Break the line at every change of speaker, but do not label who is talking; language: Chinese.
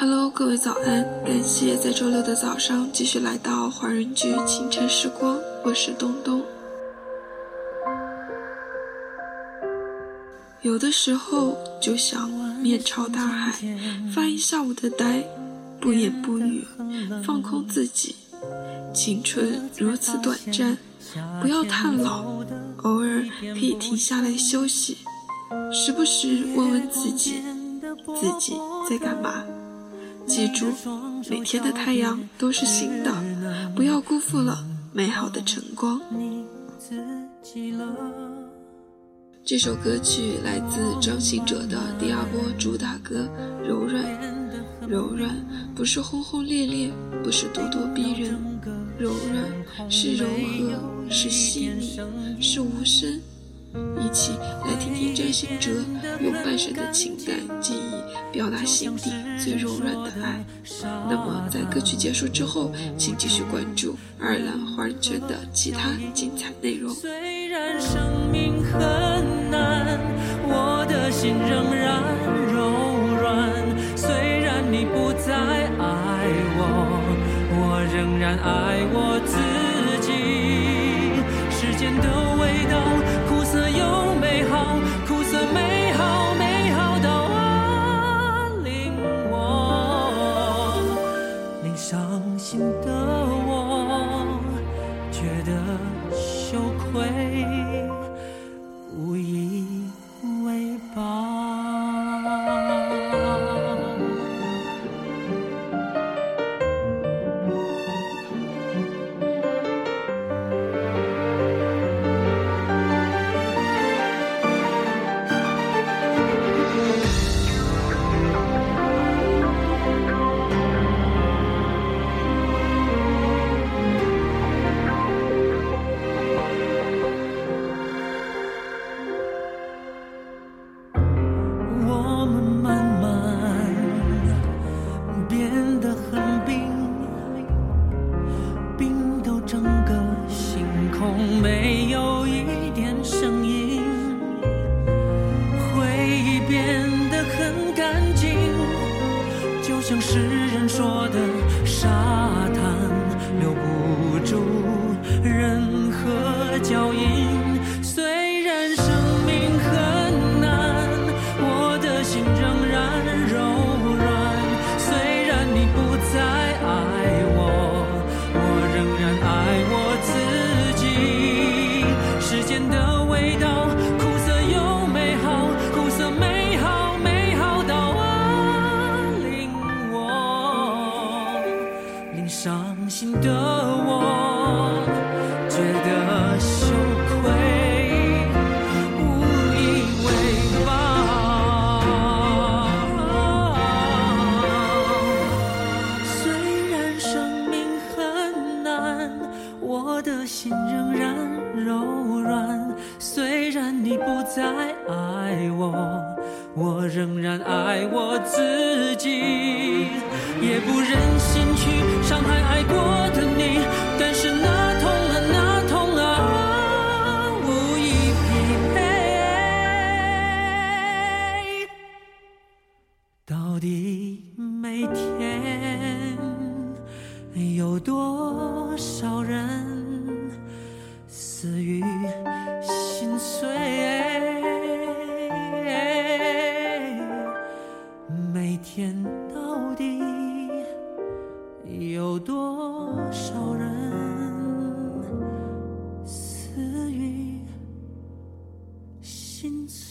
Hello， 各位早安！感谢在周六的早上继续来到华人居清晨时光，我是东东。有的时候就想面朝大海，发一下午的呆，不言不语，放空自己。青春如此短暂，不要叹老，偶尔可以停下来休息，时不时问问自己在干嘛。记住，每天的太阳都是新的，不要辜负了美好的晨光。这首歌曲来自张信哲的第二波主打歌《柔软》。柔软不是轰轰烈烈，不是咄咄逼人，柔软是柔和，是细腻，是无声。一起来听听张信哲用半生的情感记忆表达心底最柔软的爱。那么在歌曲结束之后，请继续关注爱尔兰华人圈的其他精彩内容。
虽然生命很难，我的心仍然柔软，虽然你不再爱我，我仍然爱我自己。时间的味道苦涩又美好，苦涩美好，美好到令我，令伤心的我觉得羞愧，无以为报。没有一点声音，回忆变得很干净，就像诗人说的沙滩，留不住任何脚印。虽然生命很难，我的心仍然柔软，虽然你不再爱我，我仍然爱我自己。时间的味道苦涩又美好，苦涩美好，美好到令我，令伤心的我觉得羞愧，无以为报。虽然生命很难，我的心仍然柔软，虽然你不再爱我，我仍然爱我自己。也不忍心去伤害爱过的你，但是那痛啊，那痛啊，无以匹配。到底每天有多少人死于心碎，每天到底有多少人死于心碎。